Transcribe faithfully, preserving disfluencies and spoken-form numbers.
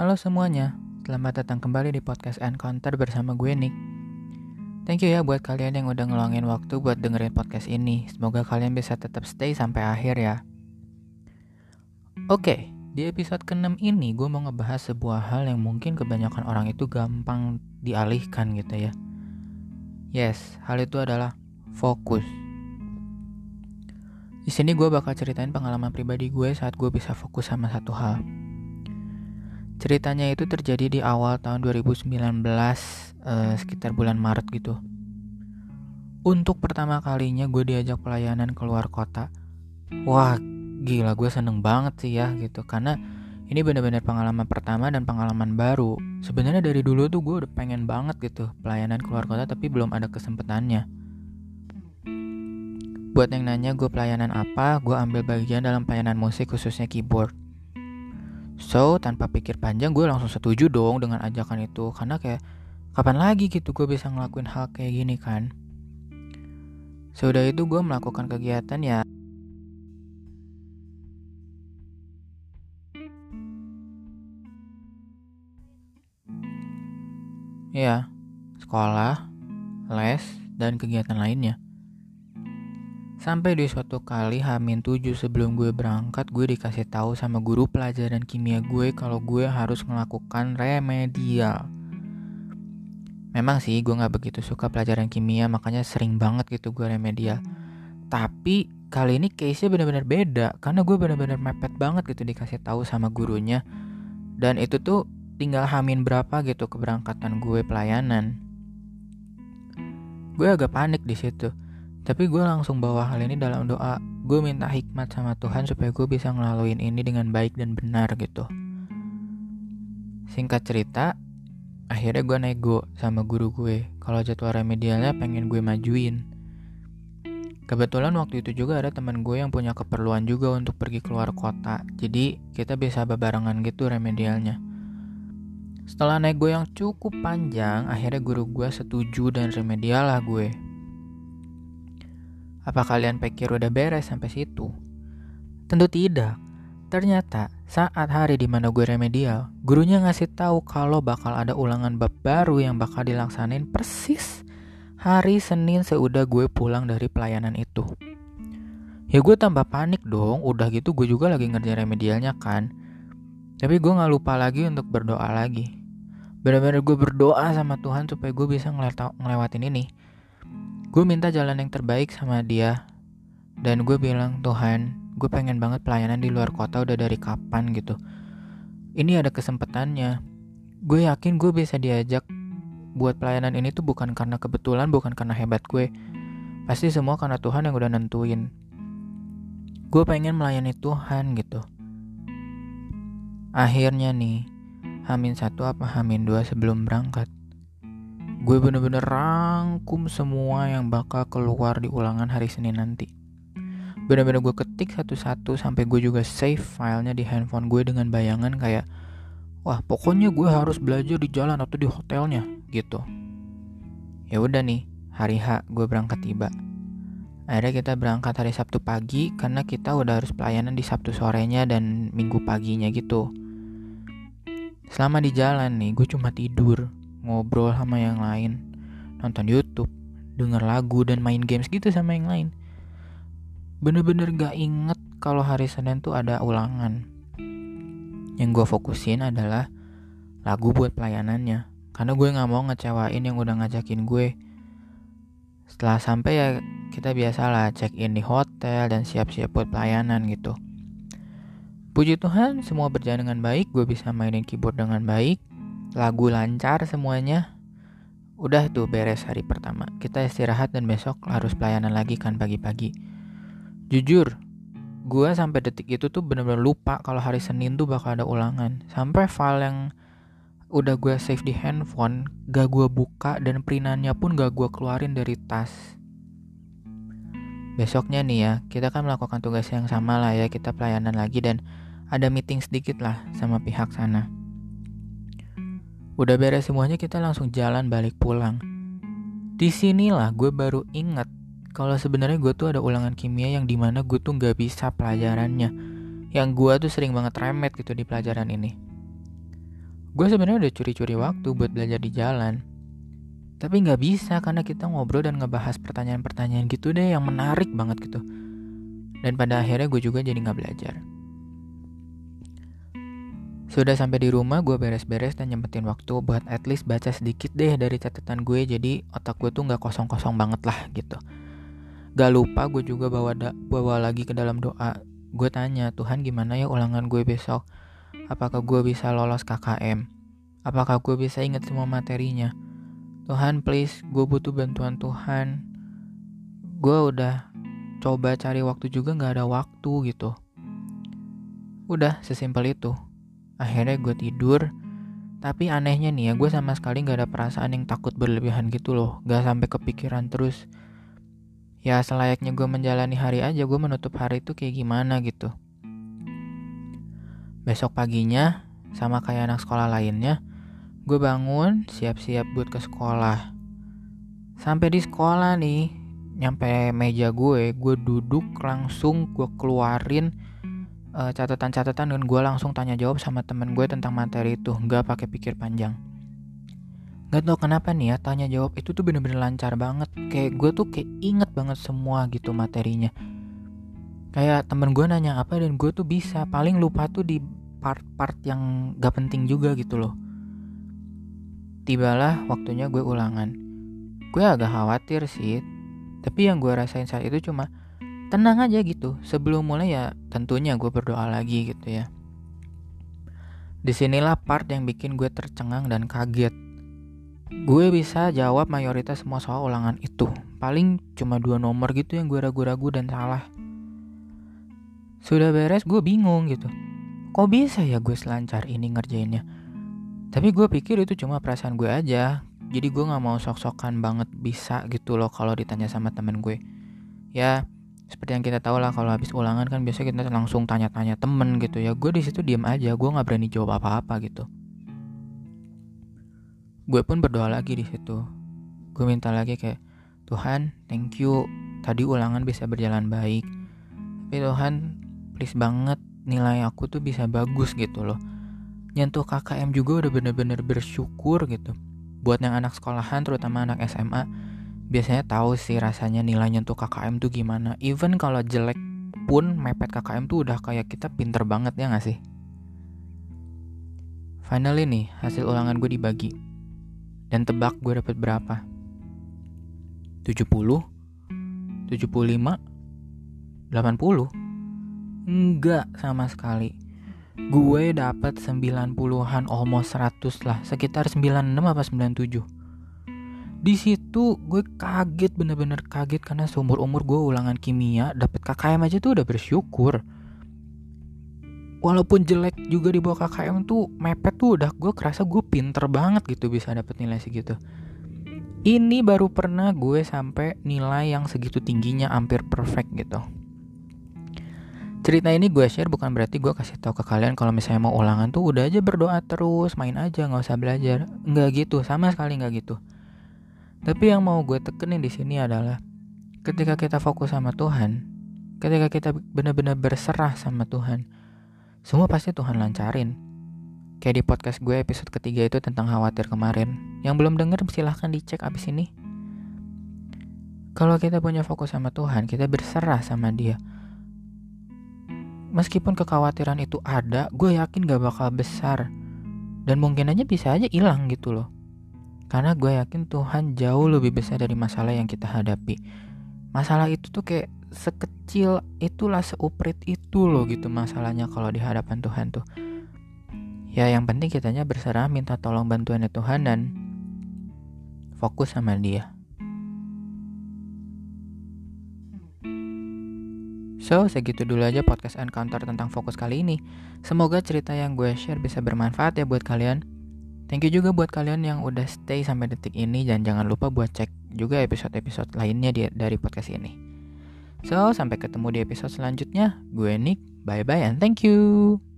Halo semuanya, selamat datang kembali di podcast Encounter bersama gue Nick. Thank you ya buat kalian yang udah ngeluangin waktu buat dengerin podcast ini. Semoga kalian bisa tetap stay sampai akhir ya. Oke, di episode keenam ini gue mau ngebahas sebuah hal yang mungkin kebanyakan orang itu gampang dialihkan gitu ya. Yes, hal itu adalah fokus. Di sini gue bakal ceritain pengalaman pribadi gue saat gue bisa fokus sama satu hal. Ceritanya itu terjadi di awal tahun dua ribu sembilan belas, eh, sekitar bulan Maret gitu. Untuk pertama kalinya gue diajak pelayanan keluar kota. Wah, gila, gue seneng banget sih ya gitu. Karena ini benar-benar pengalaman pertama dan pengalaman baru. Sebenarnya dari dulu tuh gue udah pengen banget gitu pelayanan keluar kota, tapi belum ada kesempatannya. Buat yang nanya gue pelayanan apa, gue ambil bagian dalam pelayanan musik khususnya keyboard. So, tanpa pikir panjang gue langsung setuju dong dengan ajakan itu. Karena kayak, kapan lagi gitu gue bisa ngelakuin hal kayak gini kan. Sudah itu gue melakukan kegiatan ya. Ya, sekolah, les, dan kegiatan lainnya. Sampai di suatu kali H minus tujuh sebelum gue berangkat, gue dikasih tahu sama guru pelajaran kimia gue kalau gue harus melakukan remedial. Memang sih gue gak begitu suka pelajaran kimia, makanya sering banget gitu gue remedial. Tapi kali ini case-nya benar-benar beda, karena gue benar-benar mepet banget gitu dikasih tahu sama gurunya. Dan itu tuh tinggal H minus berapa gitu keberangkatan gue pelayanan. Gue agak panik di situ. Tapi gue langsung bawa hal ini dalam doa. Gue minta hikmat sama Tuhan supaya gue bisa ngelaluin ini dengan baik dan benar gitu. Singkat cerita, akhirnya gue nego sama guru gue kalau jadwal remedialnya pengen gue majuin. Kebetulan waktu itu juga ada teman gue yang punya keperluan juga untuk pergi keluar kota. Jadi kita bisa bebarengan gitu remedialnya. Setelah nego yang cukup panjang, akhirnya guru gue setuju dan remedial lah gue. Apa kalian pikir udah beres sampai situ? Tentu tidak. Ternyata saat hari di mana gue remedial, gurunya ngasih tahu kalau bakal ada ulangan bab baru yang bakal dilaksanain persis hari Senin seudah gue pulang dari pelayanan itu. Ya gue tambah panik dong. Udah gitu gue juga lagi ngerjain remedialnya kan. Tapi gue gak lupa lagi untuk berdoa lagi. Benar-benar gue berdoa sama Tuhan supaya gue bisa ngelewatin ini. Gue minta jalan yang terbaik sama dia. Dan gue bilang, Tuhan, gue pengen banget pelayanan di luar kota udah dari kapan gitu. Ini ada kesempatannya. Gue yakin gue bisa diajak buat pelayanan ini tuh bukan karena kebetulan, bukan karena hebat gue. Pasti semua karena Tuhan yang udah nentuin. Gue pengen melayani Tuhan gitu. Akhirnya nih, H minus satu apa H minus dua sebelum berangkat, gue bener-bener rangkum semua yang bakal keluar di ulangan hari Senin nanti. Bener-bener gue ketik satu-satu sampai gue juga save filenya di handphone gue dengan bayangan kayak, wah pokoknya gue harus belajar di jalan atau di hotelnya gitu. Ya udah nih, hari H gue berangkat tiba. Akhirnya kita berangkat hari Sabtu pagi karena kita udah harus pelayanan di Sabtu sorenya dan Minggu paginya gitu. Selama di jalan nih gue cuma tidur, ngobrol sama yang lain, nonton YouTube, denger lagu dan main games gitu sama yang lain. Bener-bener gak inget kalau hari Senin tuh ada ulangan. Yang gue fokusin adalah lagu buat pelayanannya, karena gue gak mau ngecewain yang udah ngajakin gue. Setelah sampai ya kita biasalah check in di hotel dan siap-siap buat pelayanan gitu. Puji Tuhan semua berjalan dengan baik. Gue bisa mainin keyboard dengan baik, lagu lancar semuanya. Udah tuh beres hari pertama. Kita istirahat dan besok harus pelayanan lagi kan pagi-pagi. Jujur, gue sampai detik itu tuh benar-benar lupa kalau hari Senin tuh bakal ada ulangan. Sampai file yang udah gue save di handphone gak gue buka dan printannya pun gak gue keluarin dari tas. Besoknya nih ya, kita kan melakukan tugas yang sama lah ya, kita pelayanan lagi dan ada meeting sedikit lah sama pihak sana. Udah beres semuanya, kita langsung jalan balik pulang. Disinilah gue baru ingat kalau sebenarnya gue tuh ada ulangan kimia yang dimana gue tuh gak bisa pelajarannya. Yang gue tuh sering banget remet gitu di pelajaran ini. Gue sebenarnya udah curi-curi waktu buat belajar di jalan. Tapi gak bisa karena kita ngobrol dan ngebahas pertanyaan-pertanyaan gitu deh yang menarik banget gitu. Dan pada akhirnya gue juga jadi gak belajar. Sudah sampai di rumah, gue beres-beres dan nyempetin waktu buat at least baca sedikit deh dari catatan gue. Jadi otak gue tuh gak kosong-kosong banget lah gitu. Gak lupa gue juga bawa, da- bawa lagi ke dalam doa. Gue tanya, Tuhan gimana ya ulangan gue besok? Apakah gue bisa lolos K K M? Apakah gue bisa ingat semua materinya? Tuhan please, gue butuh bantuan Tuhan. Gue udah coba cari waktu juga gak ada waktu gitu. Udah sesimpel itu. Akhirnya gue tidur. Tapi anehnya nih ya, gue sama sekali gak ada perasaan yang takut berlebihan gitu loh. Gak sampai kepikiran terus. Ya selayaknya gue menjalani hari aja, gue menutup hari itu kayak gimana gitu. Besok paginya, sama kayak anak sekolah lainnya, gue bangun, siap-siap buat ke sekolah. Sampai di sekolah nih, nyampe meja gue, gue duduk langsung gue keluarin uh, catatan-catatan dan gue langsung tanya jawab sama temen gue tentang materi itu, gak pakai pikir panjang. Gak tau kenapa nih ya, tanya jawab itu tuh bener-bener lancar banget. Kayak gue tuh kayak inget banget semua gitu materinya. Kayak temen gue nanya apa dan gue tuh bisa. Paling lupa tuh di part-part yang gak penting juga gitu loh. Tibalah waktunya gue ulangan. Gue agak khawatir sih. Tapi yang gue rasain saat itu cuma tenang aja gitu. Sebelum mulai ya tentunya gue berdoa lagi gitu ya. Disinilah part yang bikin gue tercengang dan kaget. Gue bisa jawab mayoritas semua soal ulangan itu. Paling cuma dua nomor gitu yang gue ragu-ragu dan salah. Sudah beres gue bingung gitu. Kok bisa ya gue selancar ini ngerjainnya? Tapi gue pikir itu cuma perasaan gue aja. Jadi gue gak mau sok-sokan banget bisa gitu loh kalau ditanya sama temen gue. Ya seperti yang kita tahu lah, kalau habis ulangan kan biasanya kita langsung tanya-tanya temen gitu ya. Gue di situ diam aja, gue gak berani jawab apa-apa gitu. Gue pun berdoa lagi di situ. Gue minta lagi kayak, Tuhan, thank you. Tadi ulangan bisa berjalan baik. Tapi Tuhan, please banget nilai aku tuh bisa bagus gitu loh. Nyentuh K K M juga udah bener-bener bersyukur gitu. Buat yang anak sekolahan, terutama anak S M A, biasanya tahu sih rasanya nilai nyentuh K K M tuh gimana. Even kalau jelek pun mepet K K M tuh udah kayak kita pinter banget ya gak sih? Finally nih, hasil ulangan gue dibagi. Dan tebak gue dapet berapa? tujuh puluh? tujuh puluh lima? delapan puluh? Enggak sama sekali. Gue dapet sembilan puluhan, almost seratus lah. Sekitar sembilan puluh enam apa sembilan puluh tujuh. Di situ gue kaget, bener-bener kaget. Karena seumur-umur gue ulangan kimia dapet K K M aja tuh udah bersyukur. Walaupun jelek juga di bawah K K M tuh mepet tuh udah gue kerasa gue pinter banget gitu bisa dapet nilai segitu. Ini baru pernah gue sampai nilai yang segitu tingginya, hampir perfect gitu. Cerita ini gue share bukan berarti gue kasih tahu ke kalian kalau misalnya mau ulangan tuh udah aja berdoa terus, main aja, nggak usah belajar. Nggak gitu, sama sekali nggak gitu. Tapi yang mau gue tekenin di sini adalah ketika kita fokus sama Tuhan, ketika kita benar-benar berserah sama Tuhan, semua pasti Tuhan lancarin. Kayak di podcast gue episode ketiga itu tentang khawatir kemarin. Yang belum denger silahkan dicek abis ini. Kalau kita punya fokus sama Tuhan, kita berserah sama Dia. Meskipun kekhawatiran itu ada, gue yakin gak bakal besar. Dan mungkin aja bisa aja hilang gitu loh. Karena gue yakin Tuhan jauh lebih besar dari masalah yang kita hadapi. Masalah itu tuh kayak sekecil itulah, seuprit itu loh gitu masalahnya kalau di hadapan Tuhan tuh. Ya yang penting kitanya berserah, minta tolong bantuannya Tuhan dan fokus sama Dia. So, segitu dulu aja podcast Encounter tentang fokus kali ini. Semoga cerita yang gue share bisa bermanfaat ya buat kalian. Thank you juga buat kalian yang udah stay sampai detik ini. Dan jangan lupa buat cek juga episode-episode lainnya di, dari podcast ini. So, sampai ketemu di episode selanjutnya. Gue Nick, bye-bye and thank you.